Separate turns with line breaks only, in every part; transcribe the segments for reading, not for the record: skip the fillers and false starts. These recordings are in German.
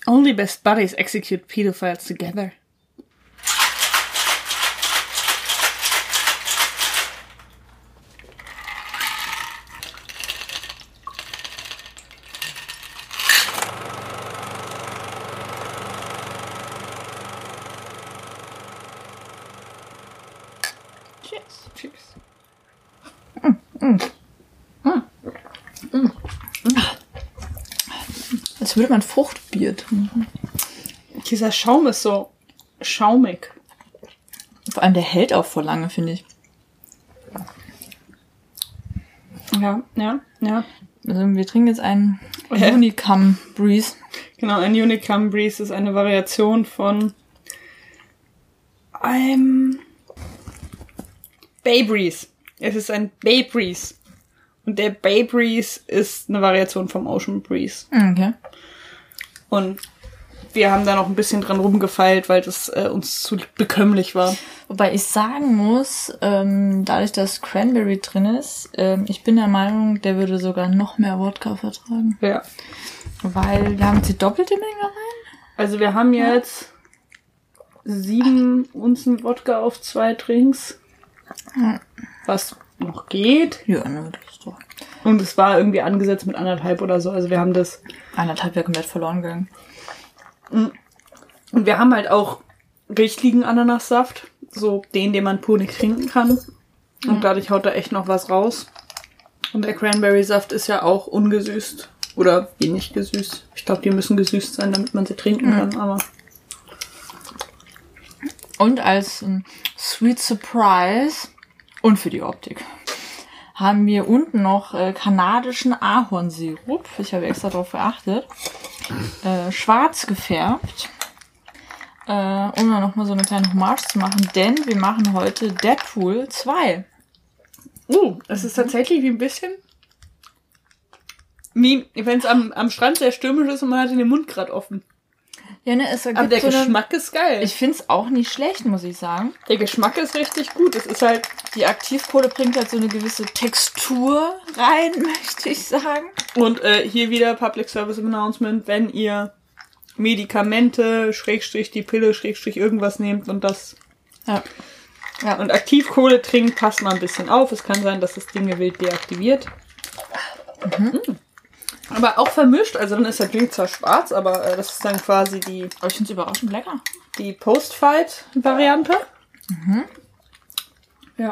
Only best buddies execute pedophiles together. Cheers.
Als würde man Fruchtbier trinken.
Dieser Schaum ist so schaumig.
Vor allem der hält auch voll lange, finde ich.
Ja.
Also wir trinken jetzt einen Unicum Breeze.
Genau, ein Unicum Breeze ist eine Variation von einem Bay Breeze. Es ist ein Bay Breeze. Und der Bay Breeze ist eine Variation vom Ocean Breeze.
Okay.
Und wir haben da noch ein bisschen dran rumgefeilt, weil das uns zu bekömmlich war.
Wobei ich sagen muss, dadurch, dass Cranberry drin ist, ich bin der Meinung, der würde sogar noch mehr Wodka vertragen.
Ja.
Weil wir haben jetzt die doppelte Menge rein.
Also wir haben jetzt 7 Unzen Wodka auf 2 Drinks. Was noch geht.
Ja, ne, das ist doch.
Und es war irgendwie angesetzt mit 1,5 oder so. Also wir haben das...
1,5 wäre komplett verloren gegangen.
Und wir haben halt auch richtigen Ananassaft. So den man pur nicht trinken kann. Und dadurch haut da echt noch was raus. Und der Cranberry-Saft ist ja auch ungesüßt. Oder wenig gesüßt. Ich glaube, die müssen gesüßt sein, damit man sie trinken kann. Aber
Und als Sweet Surprise und für die Optik haben wir unten noch kanadischen Ahornsirup. Ich habe extra darauf geachtet. Schwarz gefärbt. Um dann nochmal so eine kleine Hommage zu machen. Denn wir machen heute Deadpool 2.
es ist tatsächlich wie ein bisschen... Wie wenn es am Strand sehr stürmisch ist und man hat den Mund gerade offen.
Ja, ne, es
Aber der Geschmack ist geil.
Ich finde es auch nicht schlecht, muss ich sagen.
Der Geschmack ist richtig gut. Es ist halt...
Die Aktivkohle bringt halt so eine gewisse Textur rein, möchte ich sagen.
Und hier wieder Public Service Announcement, wenn ihr Medikamente, Schrägstrich die Pille, Schrägstrich irgendwas nehmt und das...
Ja.
Und Aktivkohle trinkt, passt mal ein bisschen auf. Es kann sein, dass das Ding wild deaktiviert. Aber auch vermischt. Also dann ist der Drink zwar schwarz, aber das ist dann quasi die...
Aber ich finde es überraschend lecker.
Die Post-Fight-Variante. Ja.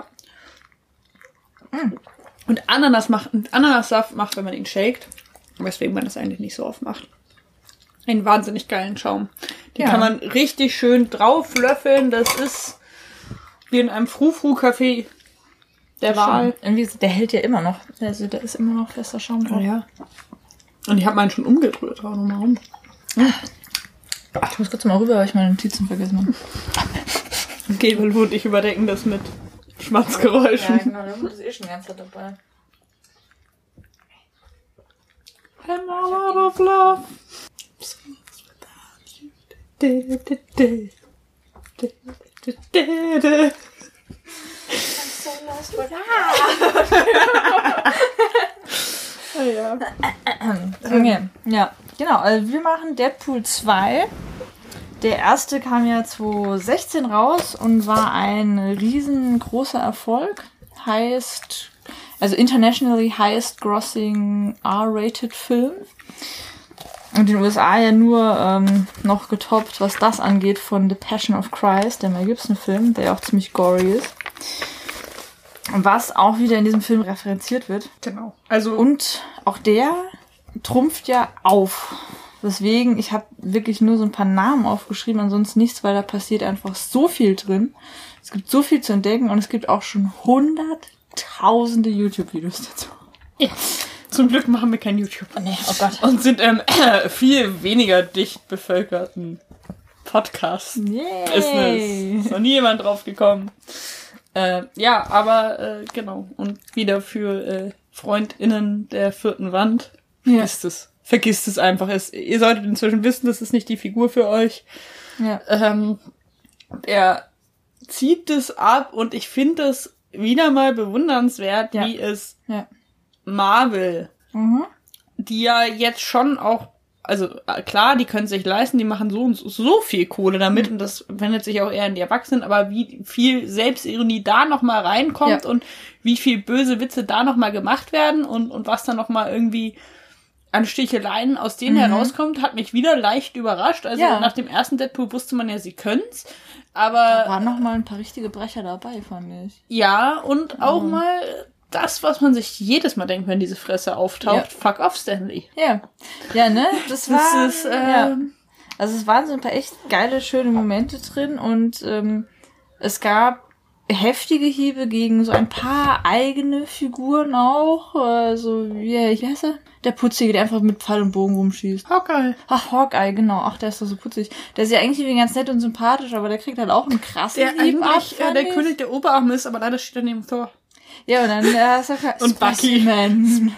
Und Ananassaft macht, wenn man ihn shakt, weswegen man das eigentlich nicht so oft macht, einen wahnsinnig geilen Schaum. Den kann man richtig schön drauf löffeln. Das ist wie in einem Frou-Frou-Café der Wahl.
Irgendwie, der hält ja immer noch. Also da ist immer noch fester Schaum drauf.
Ja. Und ich habe meinen schon umgerührt. Auch nochmal rum.
Ich muss kurz mal rüber, weil ich meine Notizen vergessen habe.
Gebel und ich überdecken das mit Schmatzgeräuschen.
Ja, genau, das ist eh schon die ganze Zeit dabei.
I'm all out of love. Ja.
Okay, ja, genau. Also wir machen Deadpool 2. Der erste kam ja 2016 raus und war ein riesengroßer Erfolg. Heißt, also internationally highest grossing R-rated Film. Und in den USA ja nur noch getoppt, was das angeht, von The Passion of Christ, der Mel Gibson-Film, der ja auch ziemlich gory ist. Was auch wieder in diesem Film referenziert wird.
Genau. Also
Und auch der trumpft ja auf. Deswegen, ich habe wirklich nur so ein paar Namen aufgeschrieben, ansonsten nichts, weil da passiert einfach so viel drin. Es gibt so viel zu entdecken und es gibt auch schon hunderttausende YouTube-Videos dazu.
ja. Zum Glück machen wir kein YouTube.
Oh nee, oh Gott.
Und sind viel weniger dicht bevölkerten Podcast-Business. Ist noch nie jemand drauf gekommen. Ja, aber genau. Und wieder für FreundInnen der vierten Wand. Vergisst es einfach. Ihr solltet inzwischen wissen, das ist nicht die Figur für euch.
Ja.
Er zieht es ab und ich finde es wieder mal bewundernswert, wie es Marvel, die ja jetzt schon auch also klar, die können sich leisten, die machen so viel Kohle damit und das wendet sich auch eher an die Erwachsenen, aber wie viel Selbstironie da nochmal reinkommt und wie viel böse Witze da nochmal gemacht werden und was dann nochmal irgendwie an Sticheleien aus denen herauskommt, hat mich wieder leicht überrascht. Also nach dem ersten Deadpool wusste man ja, sie können's, aber...
Da waren nochmal ein paar richtige Brecher dabei, fand ich.
Ja, und auch mal das, was man sich jedes Mal denkt, wenn diese Fresse auftaucht, fuck off, Stanley.
Ja. Ja, ne? Das ist, Also es waren so ein paar echt geile, schöne Momente drin und es gab heftige Hiebe gegen so ein paar eigene Figuren auch. So, wie heißt er? Der Putzige, der einfach mit Pfeil und Bogen rumschießt.
Hawkeye.
Ach, Hawkeye, genau. Ach, der ist doch so putzig. Der ist ja eigentlich irgendwie ganz nett und sympathisch, aber der kriegt halt auch einen krassen Hieb ab.
Der König der Oberarme ist, aber leider steht er neben Thor.
Ja, und dann ist er
und
Specimen.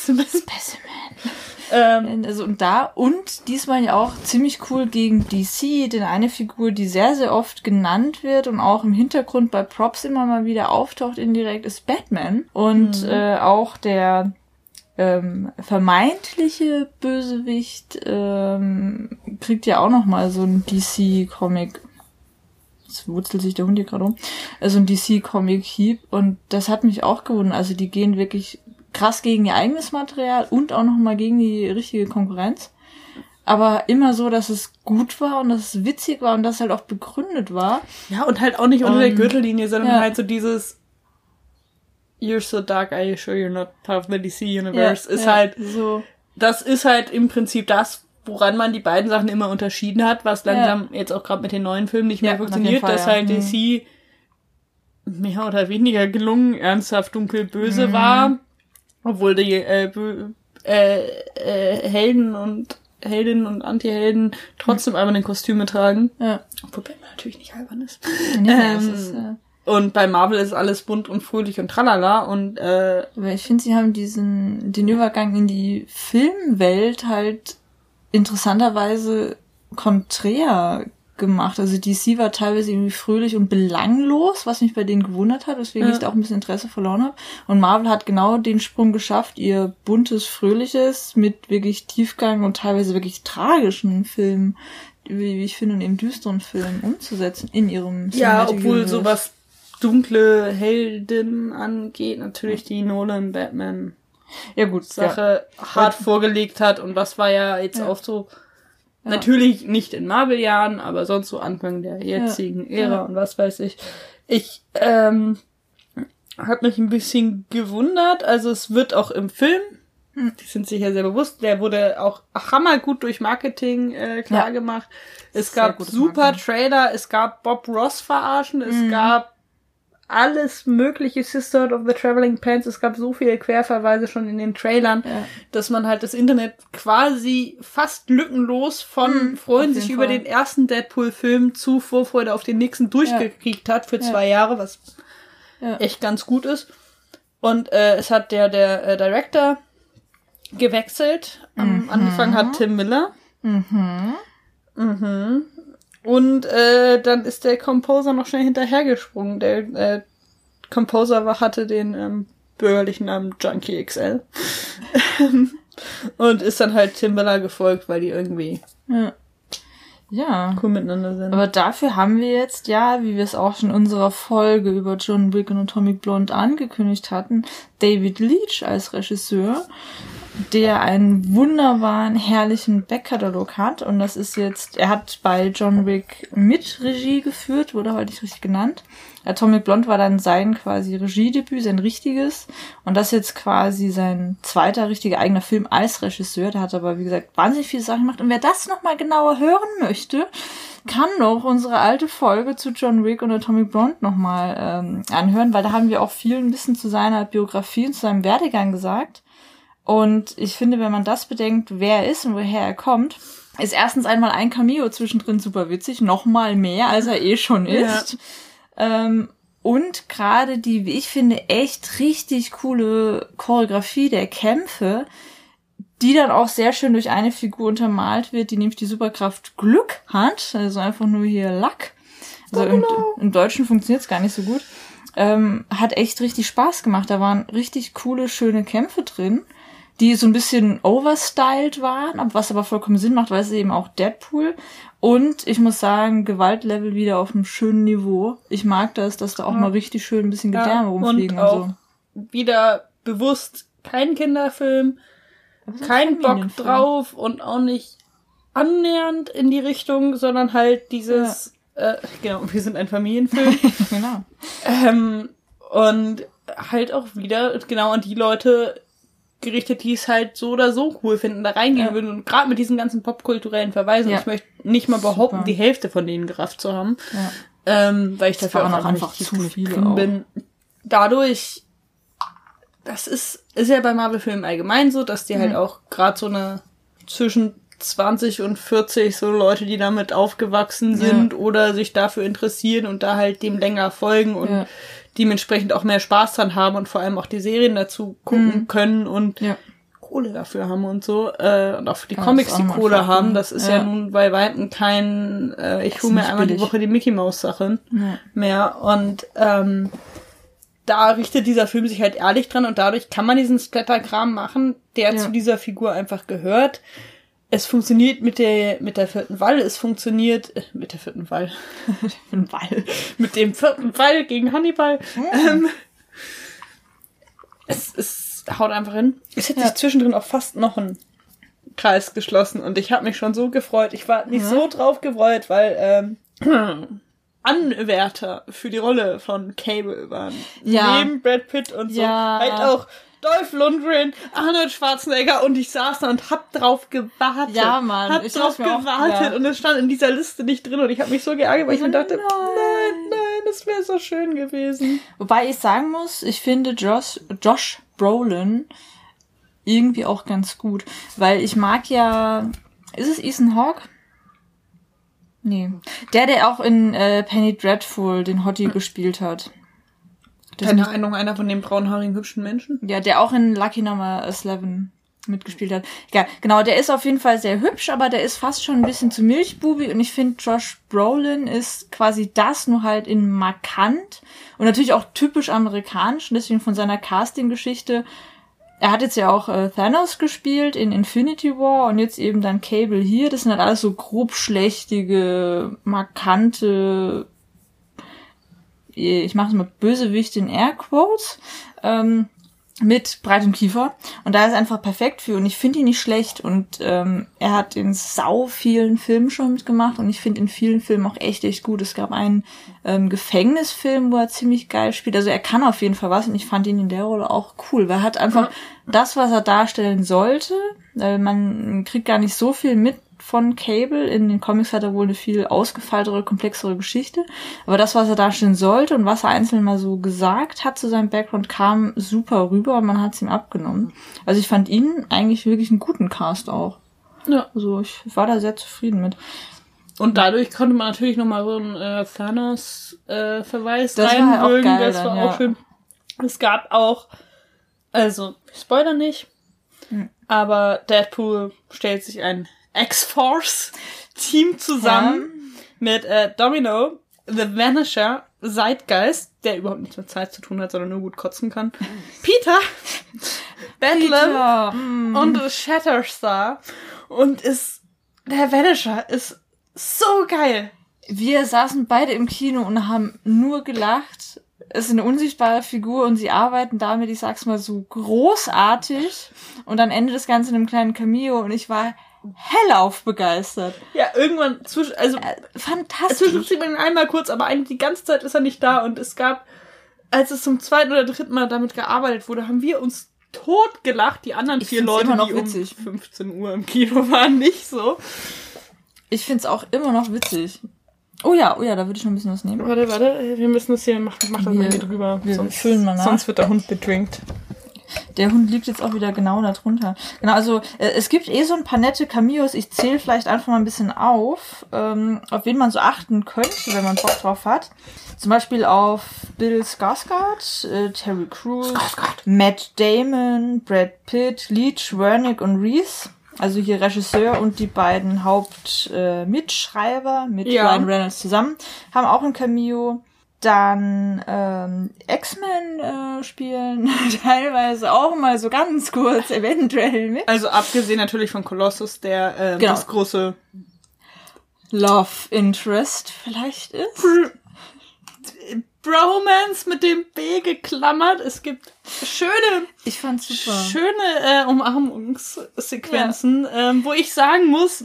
Specimen.
Also und diesmal ja auch ziemlich cool gegen DC, denn eine Figur, die sehr, sehr oft genannt wird und auch im Hintergrund bei Props immer mal wieder auftaucht indirekt, ist Batman. Und auch der vermeintliche Bösewicht kriegt ja auch noch mal so ein DC-Comic. Jetzt wurzelt sich der Hund hier gerade um. Also ein DC-Comic-Hieb. Und das hat mich auch gewundert. Also die gehen wirklich krass gegen ihr eigenes Material und auch noch mal gegen die richtige Konkurrenz. Aber immer so, dass es gut war und dass es witzig war und dass es halt auch begründet war.
Ja, und halt auch nicht unter der Gürtellinie, sondern halt so dieses You're so dark, are you sure you're not part of the DC Universe? Ist halt so. Das ist halt im Prinzip das, woran man die beiden Sachen immer unterschieden hat, was langsam jetzt auch gerade mit den neuen Filmen nicht mehr funktioniert, dass halt DC mehr oder weniger gelungen, ernsthaft dunkel-böse war, obwohl die Helden und Heldinnen und Anti-Helden trotzdem alberne Kostüme tragen. Ja. Obwohl Batman natürlich nicht albern ist. Und bei Marvel ist alles bunt und fröhlich und tralala und
aber ich finde, sie haben den Übergang in die Filmwelt halt interessanterweise konträr gemacht. Also DC war teilweise irgendwie fröhlich und belanglos, was mich bei denen gewundert hat, weswegen ich da auch ein bisschen Interesse verloren habe. Und Marvel hat genau den Sprung geschafft, ihr buntes, fröhliches mit wirklich Tiefgang und teilweise wirklich tragischen Filmen, wie ich finde, und eben düsteren Filmen umzusetzen in ihrem
Cinematic obwohl Universe. Sowas dunkle Helden angeht, natürlich die Nolan-Batman Sache hart vorgelegt hat und was war ja jetzt auch so natürlich nicht in Marvel-Jahren, aber sonst so Anfang der jetzigen Ära und was weiß ich. Ich hat mich ein bisschen gewundert, also es wird auch im Film, die sind sich ja sehr bewusst, der wurde auch hammergut durch Marketing klar gemacht. Es gab super Trailer, es gab Bob Ross verarschen, es gab alles mögliche, Sisterhood of the Traveling Pants, es gab so viele Querverweise schon in den Trailern, dass man halt das Internet quasi fast lückenlos von freuen sich über den ersten Deadpool-Film zu Vorfreude auf den nächsten durchgekriegt hat für 2 Jahre, was echt ganz gut ist. Und es hat der Director gewechselt. Angefangen hat Tim Miller. Und dann ist der Composer noch schnell hinterhergesprungen. Der Composer hatte den bürgerlichen Namen Junkie XL. Und ist dann halt Tim Miller gefolgt, weil die irgendwie cool miteinander sind.
Aber dafür haben wir jetzt wie wir es auch schon in unserer Folge über John Wick und Atomic Blonde angekündigt hatten, David Leitch als Regisseur, der einen wunderbaren, herrlichen Backkatalog hat. Und das ist jetzt, er hat bei John Wick mit Regie geführt, wurde heute nicht richtig genannt. Atomic Blonde war dann sein quasi Regiedebüt, sein richtiges. Und das ist jetzt quasi sein zweiter richtiger eigener Film als Regisseur. Der hat aber, wie gesagt, wahnsinnig viele Sachen gemacht. Und wer das nochmal genauer hören möchte, kann doch unsere alte Folge zu John Wick und Atomic Blonde nochmal anhören, weil da haben wir auch viel ein bisschen zu seiner Biografie und zu seinem Werdegang gesagt. Und ich finde, wenn man das bedenkt, wer er ist und woher er kommt, ist erstens einmal ein Cameo zwischendrin super witzig, noch mal mehr, als er schon ist. Und gerade die, wie ich finde, echt richtig coole Choreografie der Kämpfe, die dann auch sehr schön durch eine Figur untermalt wird, die nämlich die Superkraft Glück hat, also einfach nur hier Luck. Also im Deutschen funktioniert es gar nicht so gut. Hat echt richtig Spaß gemacht. Da waren richtig coole, schöne Kämpfe drin, die so ein bisschen overstyled waren, was aber vollkommen Sinn macht, weil es ist eben auch Deadpool. Und ich muss sagen, Gewaltlevel wieder auf einem schönen Niveau. Ich mag das, dass da auch mal richtig schön ein bisschen Gedärme rumfliegen und
auch wieder bewusst kein Kinderfilm, kein Bock drauf und auch nicht annähernd in die Richtung, sondern halt dieses, genau, wir sind ein Familienfilm.
Genau.
Und halt auch wieder genau an die Leute gerichtet, die es halt so oder so cool finden, da reingehen würden. Und gerade mit diesen ganzen popkulturellen Verweisen, ich möchte nicht mal behaupten, die Hälfte von denen gerafft zu haben, weil ich dafür auch einfach zu viel bin. Dadurch, das ist ja bei Marvel-Filmen allgemein so, dass die halt auch gerade so eine zwischen 20 und 40 so Leute, die damit aufgewachsen sind oder sich dafür interessieren und da halt dem länger folgen und dementsprechend auch mehr Spaß dran haben und vor allem auch die Serien dazu gucken können und Kohle dafür haben und so. Und auch für die Comics die Kohle haben. Das ist ja nun bei Weitem kein ich hole mir einmal die Woche die Mickey-Maus-Sachen mehr. Und da richtet dieser Film sich halt ehrlich dran und dadurch kann man diesen Splatter-Kram machen, der zu dieser Figur einfach gehört. Es funktioniert mit der vierten Wall, es funktioniert mit der vierten Wall. Mit dem vierten Wall gegen Hannibal. Es haut einfach hin. Es hätte sich zwischendrin auch fast noch ein Kreis geschlossen und ich habe mich schon so gefreut. Ich war nicht so drauf gefreut, weil Anwärter für die Rolle von Cable waren. Neben Brad Pitt und so. Halt auch Dolph Lundgren, Arnold Schwarzenegger und ich saß da und hab drauf gewartet.
Ja, Mann.
Hab drauf gewartet und es stand in dieser Liste nicht drin und ich habe mich so geärgert, weil ich mir dachte, nein, das wäre so schön gewesen.
Wobei ich sagen muss, ich finde Josh Brolin irgendwie auch ganz gut, weil ich mag ja, ist es Ethan Hawke? Nee. Der auch in Penny Dreadful den Hottie gespielt hat.
Keine Ahnung, einer von den braunhaarigen, hübschen Menschen?
Ja, der auch in Lucky Number 11 mitgespielt hat. Ja, genau, der ist auf jeden Fall sehr hübsch, aber der ist fast schon ein bisschen zu milchbubi und ich finde, Josh Brolin ist quasi das, nur halt in markant und natürlich auch typisch amerikanisch und deswegen von seiner Casting-Geschichte. Er hat jetzt ja auch Thanos gespielt in Infinity War und jetzt eben dann Cable hier. Das sind halt alles so grobschlächtige, markante, ich mache es mal Bösewicht in Airquotes, mit breitem Kiefer. Und da ist einfach perfekt für. Und ich finde ihn nicht schlecht. Und er hat in sau vielen Filmen schon mitgemacht. Und ich finde in vielen Filmen auch echt gut. Es gab einen Gefängnisfilm, wo er ziemlich geil spielt. Also er kann auf jeden Fall was. Und ich fand ihn in der Rolle auch cool. Weil er hat einfach das, was er darstellen sollte. Man kriegt gar nicht so viel mit von Cable. In den Comics hat er wohl eine viel ausgefeiltere, komplexere Geschichte. Aber das, was er darstellen sollte und was er einzeln mal so gesagt hat zu seinem Background, kam super rüber und man hat es ihm abgenommen. Also ich fand ihn eigentlich wirklich einen guten Cast auch. Ja. Also ich war da sehr zufrieden mit.
Und dadurch konnte man natürlich nochmal so einen Thanos-Verweis reinbringen. Halt das war auch schön. Es gab auch, also ich spoilere nicht, aber Deadpool stellt sich ein X-Force-Team zusammen mit Domino, The Vanisher, Zeitgeist, der überhaupt nichts mit Zeit zu tun hat, sondern nur gut kotzen kann, Peter, Bedlam und Shatterstar. Und der Vanisher ist so geil.
Wir saßen beide im Kino und haben nur gelacht. Es ist eine unsichtbare Figur und sie arbeiten damit, ich sag's mal so, großartig. Und am Ende das Ganze in einem kleinen Cameo und ich war hellauf begeistert.
Ja, irgendwann
fantastisch.
Zwischendurch sieht man ihn einmal kurz, aber eigentlich die ganze Zeit ist er nicht da. Und es gab, als es zum zweiten oder dritten Mal damit gearbeitet wurde, haben wir uns tot gelacht. Die anderen 4 Leute, die um 15 Uhr im Kino waren, nicht so.
Ich find's auch immer noch witzig. Oh ja, da würde ich noch ein bisschen was nehmen.
Warte, wir müssen das hier, mach das mal hier drüber.
Sonst füllen mal nach.
Sonst wird der Hund betrinkt.
Der Hund liegt jetzt auch wieder genau da drunter. Genau, also es gibt so ein paar nette Cameos. Ich zähle vielleicht einfach mal ein bisschen auf wen man so achten könnte, wenn man Bock drauf hat. Zum Beispiel auf Bill Skarsgård, Terry Crews, Matt Damon, Brad Pitt, Leach, Wernick und Reese. Also hier Regisseur und die beiden Hauptmitschreiber mit Ryan Reynolds zusammen haben auch ein Cameo. Dann X-Men spielen teilweise auch mal so ganz kurz eventuell mit.
Also abgesehen natürlich von Colossus, der das große
Love Interest vielleicht ist.
Bromance mit dem B geklammert. Es gibt schöne Umarmungssequenzen, wo ich sagen muss,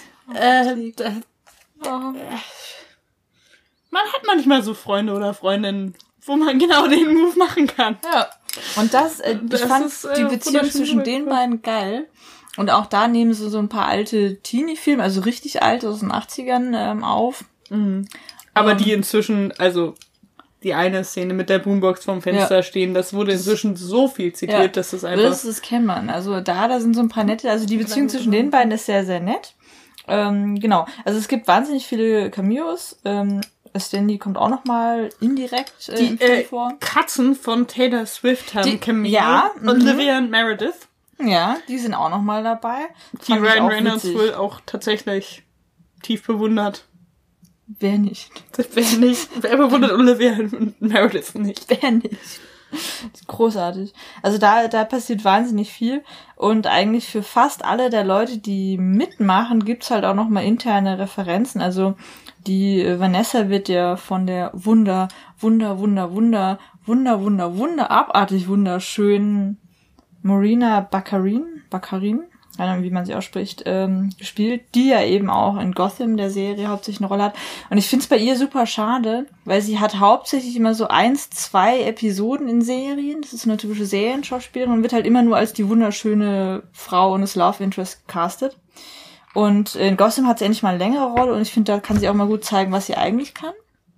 man hat manchmal so Freunde oder Freundinnen, wo man genau den Move machen kann.
Ja. Und ich fand die Beziehung zwischen den beiden geil. Und auch da nehmen sie so ein paar alte Teenie-Filme, also richtig alte aus den 80ern auf.
Mhm. Aber die inzwischen, also die eine Szene mit der Boombox vorm Fenster stehen, das wurde inzwischen so viel zitiert, dass das einfach...
Das kennt man. Also da sind so ein paar nette, also die Beziehung zwischen den beiden ist sehr, sehr nett. Genau. Also es gibt wahnsinnig viele Cameos. Stanley kommt auch nochmal indirekt im Film vor.
Katzen von Taylor Swift haben Cameo.
Ja.
Olivia und Meredith.
Ja, die sind auch nochmal dabei.
Die Ryan Reynolds wohl auch tatsächlich tief bewundert.
Wer nicht?
Wer bewundert Olivia und Meredith nicht?
Wer nicht? Das ist großartig. Also da passiert wahnsinnig viel. Und eigentlich für fast alle der Leute, die mitmachen, gibt's halt auch nochmal interne Referenzen. Also die Vanessa wird ja von der abartig wunderschönen Morena Baccarin, keine Ahnung, wie man sie ausspricht, gespielt, die ja eben auch in Gotham, der Serie, hauptsächlich eine Rolle hat. Und ich find's bei ihr super schade, weil sie hat hauptsächlich immer so 1-2 Episoden in Serien. Das ist so eine typische Serienschauspielerin und wird halt immer nur als die wunderschöne Frau und das Love Interest gecastet. Und in Gotham hat sie endlich mal eine längere Rolle und ich finde, da kann sie auch mal gut zeigen, was sie eigentlich kann.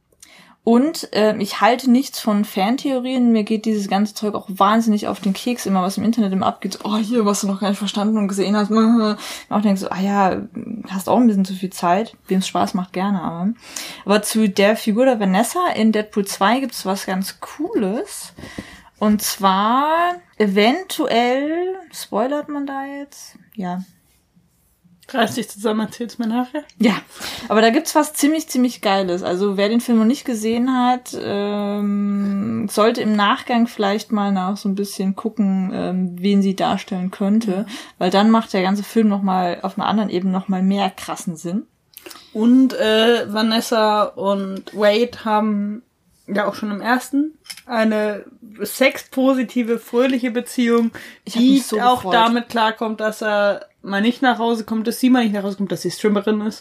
Und ich halte nichts von Fantheorien. Mir geht dieses ganze Zeug auch wahnsinnig auf den Keks, immer was im Internet immer abgeht. Oh, hier, was du noch gar nicht verstanden und gesehen hast. Und auch denkst so, hast auch ein bisschen zu viel Zeit. Wem es Spaß macht, gerne. Aber zu der Figur der Vanessa in Deadpool 2 gibt's was ganz Cooles. Und zwar eventuell, spoilert man da jetzt? Ja.
Reiß dich zusammen, erzähl's mir nachher.
Ja, aber da gibt's was ziemlich Geiles. Also wer den Film noch nicht gesehen hat, sollte im Nachgang vielleicht mal nach so ein bisschen gucken, wen sie darstellen könnte. Weil dann macht der ganze Film nochmal auf einer anderen Ebene nochmal mehr krassen Sinn.
Und Vanessa und Wade haben ja auch schon im ersten eine sexpositive, fröhliche Beziehung, die so auch gefreut. Damit klarkommt, dass er mal nicht nach Hause kommt, dass sie mal nicht nach Hause kommt, dass sie Stripperin ist.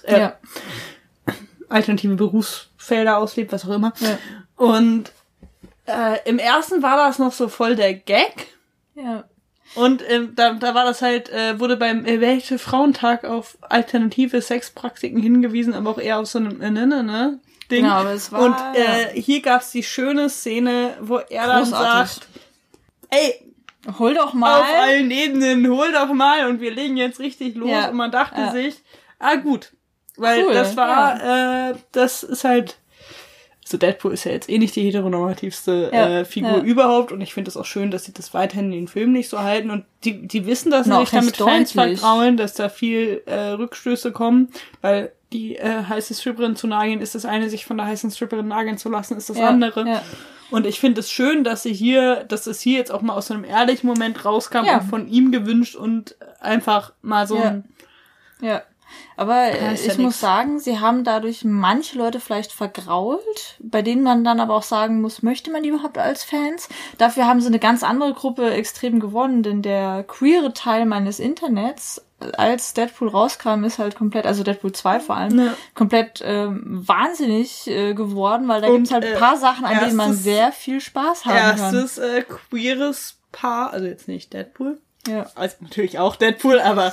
Alternative Berufsfelder auslebt, was auch immer. Ja. Und im ersten war das noch so voll der Gag.
Ja.
Und da war das halt, wurde beim Weltfrauentag auf alternative Sexpraktiken hingewiesen, aber auch eher auf so einem Ding.
Genau, aber es war,
und hier gab's die schöne Szene, wo er dann sagt, ey,
hol doch mal.
Auf allen Ebenen, hol doch mal und wir legen jetzt richtig los. Ja. Und man dachte sich, gut. Weil cool, das war, das ist halt, so Deadpool ist ja jetzt eh nicht die heteronormativste Figur überhaupt und ich finde es auch schön, dass sie das weiterhin in den Filmen nicht so halten und die wissen, dass sie sich damit Fans vergraulen, dass da viel Rückstöße kommen, weil die heiße Stripperin zu nageln ist das eine, sich von der heißen Stripperin nageln zu lassen ist das andere. Ja. Und ich finde es schön, dass es hier jetzt auch mal aus einem ehrlichen Moment rauskam und von ihm gewünscht und einfach mal so ein...
Ja, aber ich muss sagen, sie haben dadurch manche Leute vielleicht vergrault, bei denen man dann aber auch sagen muss, möchte man die überhaupt als Fans? Dafür haben sie eine ganz andere Gruppe extrem gewonnen, denn der queere Teil meines Internets, als Deadpool rauskam, ist halt komplett, also Deadpool 2 vor allem, komplett wahnsinnig geworden, weil da gibt's halt ein paar Sachen, an denen man sehr viel Spaß haben kann.
Erstes queeres Paar, also jetzt nicht Deadpool, also natürlich auch Deadpool, aber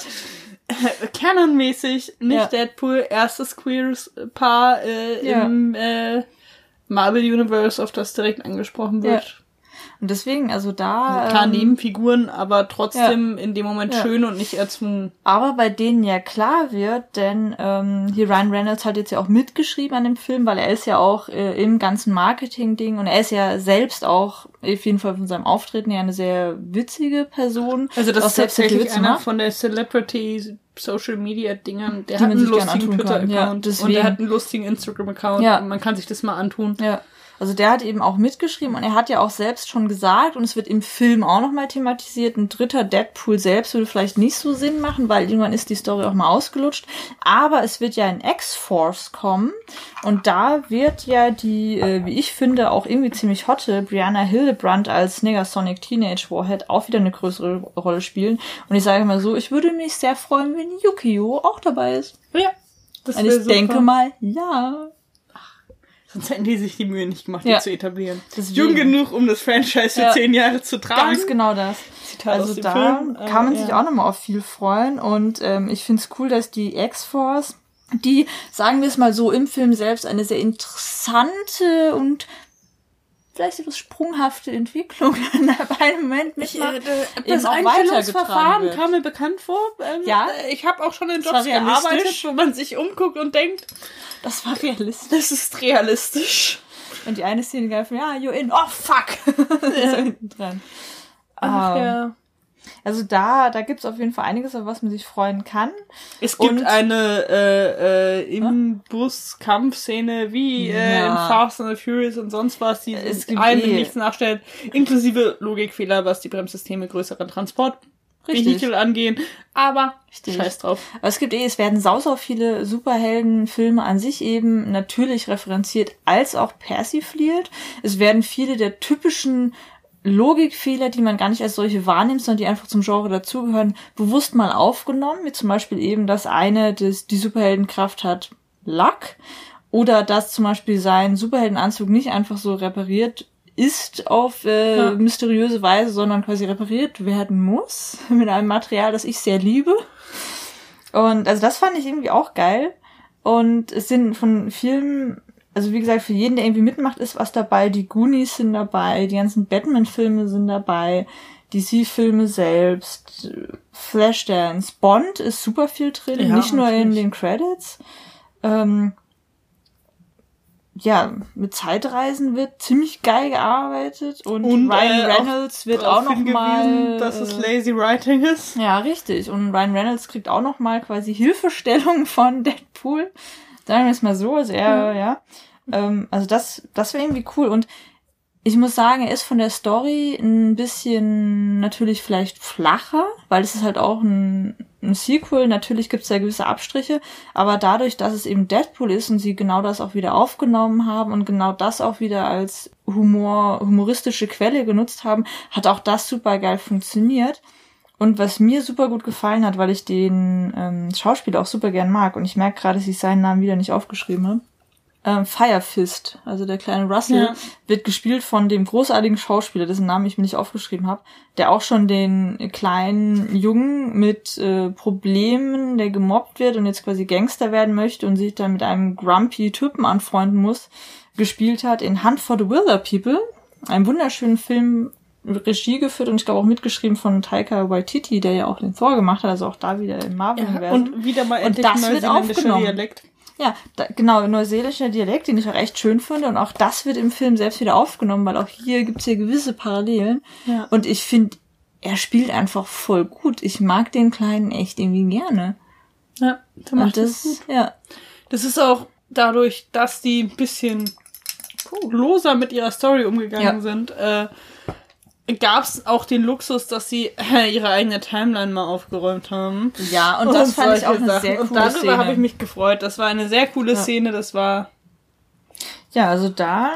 canonmäßig nicht Deadpool, erstes queeres Paar im Marvel Universe, auf das direkt angesprochen wird.
Und deswegen, also da...
klar, Nebenfiguren, aber trotzdem in dem Moment schön und nicht erzwungen.
Aber bei denen ja klar wird, denn hier Ryan Reynolds hat jetzt ja auch mitgeschrieben an dem Film, weil er ist ja auch im ganzen Marketing-Ding und er ist ja selbst auch, auf jeden Fall von seinem Auftreten her, eine sehr witzige Person.
Also das ist tatsächlich einer von der Celebrity Social Media Dingern, der hat einen lustigen Twitter-Account und der hat einen lustigen Instagram-Account und man kann sich das mal antun.
Ja. Also der hat eben auch mitgeschrieben und er hat ja auch selbst schon gesagt, und es wird im Film auch nochmal thematisiert, ein dritter Deadpool selbst würde vielleicht nicht so Sinn machen, weil irgendwann ist die Story auch mal ausgelutscht. Aber es wird ja ein X-Force kommen und da wird ja die, wie ich finde, auch irgendwie ziemlich hotte Brianna Hildebrand als Negasonic Teenage Warhead auch wieder eine größere Rolle spielen. Und ich sage mal so, ich würde mich sehr freuen, wenn Yukio auch dabei ist.
Ja. Das
und ich denke mal, ja.
Sonst hätten die sich die Mühe nicht gemacht, die zu etablieren.
Deswegen.
Jung genug, um das Franchise für 10 Jahre zu tragen.
Ganz genau das.
Zitat
also da kann man sich auch nochmal auf viel freuen. Und ich finde es cool, dass die X-Force, die, sagen wir es mal so, im Film selbst eine sehr interessante und vielleicht etwas sprunghafte Entwicklung in einem Moment mitmacht.
Das Einstellungsverfahren kam mir bekannt vor.
Ja.
Ich habe auch schon in Jobs gearbeitet, wo man sich umguckt und denkt,
das war realistisch.
Das ist realistisch.
Und die eine Szene geil von, ja, you're in, oh fuck. So hinten dran.
Ach, ja.
Also da gibt's auf jeden Fall einiges, auf was man sich freuen kann.
Es gibt eine im Bus Kampfszene wie in Fast and the Furious und sonst was, die einem nichts nachstellt, inklusive Logikfehler, was die Bremssysteme größeren Transportvehikel angehen. Aber scheiß drauf.
Aber es gibt es werden sau viele Superheldenfilme an sich eben natürlich referenziert, als auch persifliert. Es werden viele der typischen Logikfehler, die man gar nicht als solche wahrnimmt, sondern die einfach zum Genre dazugehören, bewusst mal aufgenommen, wie zum Beispiel eben, dass die Superheldenkraft hat Luck, oder dass zum Beispiel sein Superheldenanzug nicht einfach so repariert ist auf mysteriöse Weise, sondern quasi repariert werden muss mit einem Material, das ich sehr liebe. Und also das fand ich irgendwie auch geil. Und es sind von vielen, also wie gesagt, für jeden, der irgendwie mitmacht, ist was dabei. Die Goonies sind dabei, die ganzen Batman-Filme sind dabei, DC-Filme selbst, Flashdance, Bond ist super viel drin, nicht nur in den Credits. Mit Zeitreisen wird ziemlich geil gearbeitet und Ryan Reynolds wird auch noch mal,
dass es lazy writing ist.
Ja, richtig. Und Ryan Reynolds kriegt auch noch mal quasi Hilfestellung von Deadpool. Sagen wir es mal so, also also das wäre irgendwie cool. Und ich muss sagen, er ist von der Story ein bisschen natürlich vielleicht flacher, weil es ist halt auch ein Sequel. Natürlich gibt es da gewisse Abstriche, aber dadurch, dass es eben Deadpool ist und sie genau das auch wieder aufgenommen haben und genau das auch wieder als humoristische Quelle genutzt haben, hat auch das super geil funktioniert. Und was mir super gut gefallen hat, weil ich den Schauspieler auch super gern mag, und ich merke gerade, dass ich seinen Namen wieder nicht aufgeschrieben habe, Fire Fist, also der kleine Russell, wird gespielt von dem großartigen Schauspieler, dessen Namen ich mir nicht aufgeschrieben habe, der auch schon den kleinen Jungen mit Problemen, der gemobbt wird und jetzt quasi Gangster werden möchte und sich dann mit einem grumpy Typen anfreunden muss, gespielt hat in Hunt for the Wilder People, einem wunderschönen Film, Regie geführt und ich glaube auch mitgeschrieben von Taika Waititi, der ja auch den Thor gemacht hat, also auch da wieder im Marvel-Universum.
Und wieder mal endlich neuseeländischer Dialekt.
Ja, genau, neuseelischer Dialekt, den ich auch echt schön finde. Und auch das wird im Film selbst wieder aufgenommen, weil auch hier gibt's ja gewisse Parallelen. Ja. Und ich finde, er spielt einfach voll gut. Ich mag den Kleinen echt irgendwie gerne.
Ja, der macht das gut.
Ja.
Das ist auch dadurch, dass die ein bisschen loser mit ihrer Story umgegangen sind, gab's auch den Luxus, dass sie ihre eigene Timeline mal aufgeräumt haben.
Ja, und das fand ich auch eine sehr coole Szene.
Und darüber habe ich mich gefreut. Das war eine sehr coole Szene, das war...
Ja, also da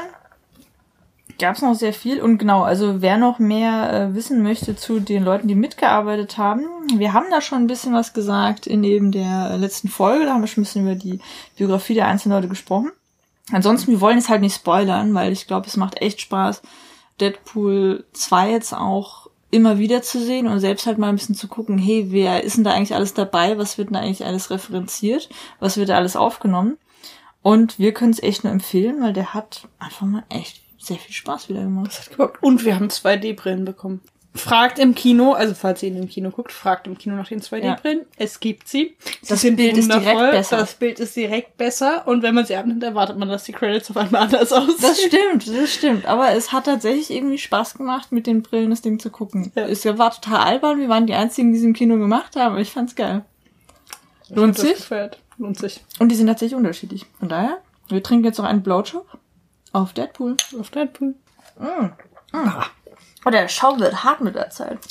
gab's noch sehr viel. Und genau, also wer noch mehr wissen möchte zu den Leuten, die mitgearbeitet haben, wir haben da schon ein bisschen was gesagt in eben der letzten Folge. Da haben wir schon ein bisschen über die Biografie der einzelnen Leute gesprochen. Ansonsten, wir wollen es halt nicht spoilern, weil ich glaube, es macht echt Spaß, Deadpool 2 jetzt auch immer wieder zu sehen und selbst halt mal ein bisschen zu gucken, hey, wer ist denn da eigentlich alles dabei? Was wird denn da eigentlich alles referenziert? Was wird da alles aufgenommen? Und wir können es echt nur empfehlen, weil der hat einfach mal echt sehr viel Spaß wieder gemacht.
Und wir haben 2D-Brillen bekommen. Fragt im Kino, also falls ihr in dem Kino guckt, fragt im Kino nach den 2D-Brillen. Ja. Es gibt sie.
Das Bild ist direkt besser.
Das Bild ist direkt besser. Und wenn man sie abnimmt, erwartet man, dass die Credits auf einmal anders aussehen.
Das stimmt. Aber es hat tatsächlich irgendwie Spaß gemacht, mit den Brillen das Ding zu gucken. Ja. Es war total albern. Wir waren die Einzigen, die es im Kino gemacht haben. Aber ich fand's geil. Lohnt sich.
Lohnt sich.
Und die sind tatsächlich unterschiedlich. Von daher, wir trinken jetzt noch einen Blowjob. Auf Deadpool.
Auf Deadpool.
Oh, der Schaum wird hart mit der Zeit.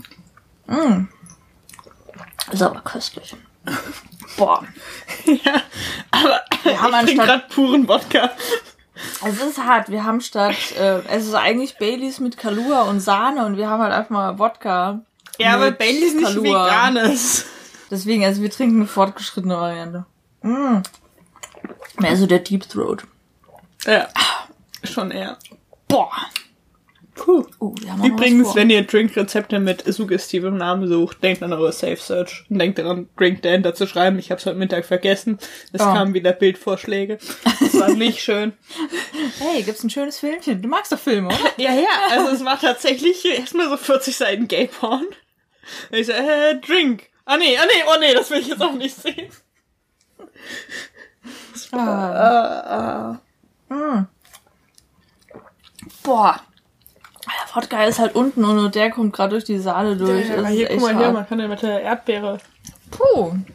Ist aber köstlich. Boah.
Ja, aber
wir haben
ich trinke gerade puren Wodka.
Es ist hart. Wir haben statt, es ist eigentlich Baileys mit Kahlua und Sahne und wir haben halt einfach mal Wodka.
Ja, aber Baileys nicht
Kahlua.
vegan ist.
Deswegen, also wir trinken eine fortgeschrittene Variante. Mehr so der Deep Throat.
Ja, schon eher.
Boah.
Puh.
Wir haben auch noch was
Übrigens,
vor.
wenn ihr Drinkrezepte mit suggestivem Namen sucht, denkt an eure Safe Search. Und denkt daran, Drink dahinter zu schreiben. Ich hab's heute Mittag vergessen. Es kamen wieder Bildvorschläge. Das war nicht schön.
Hey, gibt's ein schönes Filmchen? Du magst doch Filme, oder?
Ja, also es war tatsächlich erstmal so 40 Seiten Gay-Porn. Und ich so, Drink. Oh nee, das will ich jetzt auch nicht sehen.
Boah. Der Wodka ist halt unten und nur der kommt gerade durch die Sahne durch.
Ja,
Das
aber hier,
ist echt
guck mal hier,
hart.
man kann ja mit der Erdbeere.
Puh.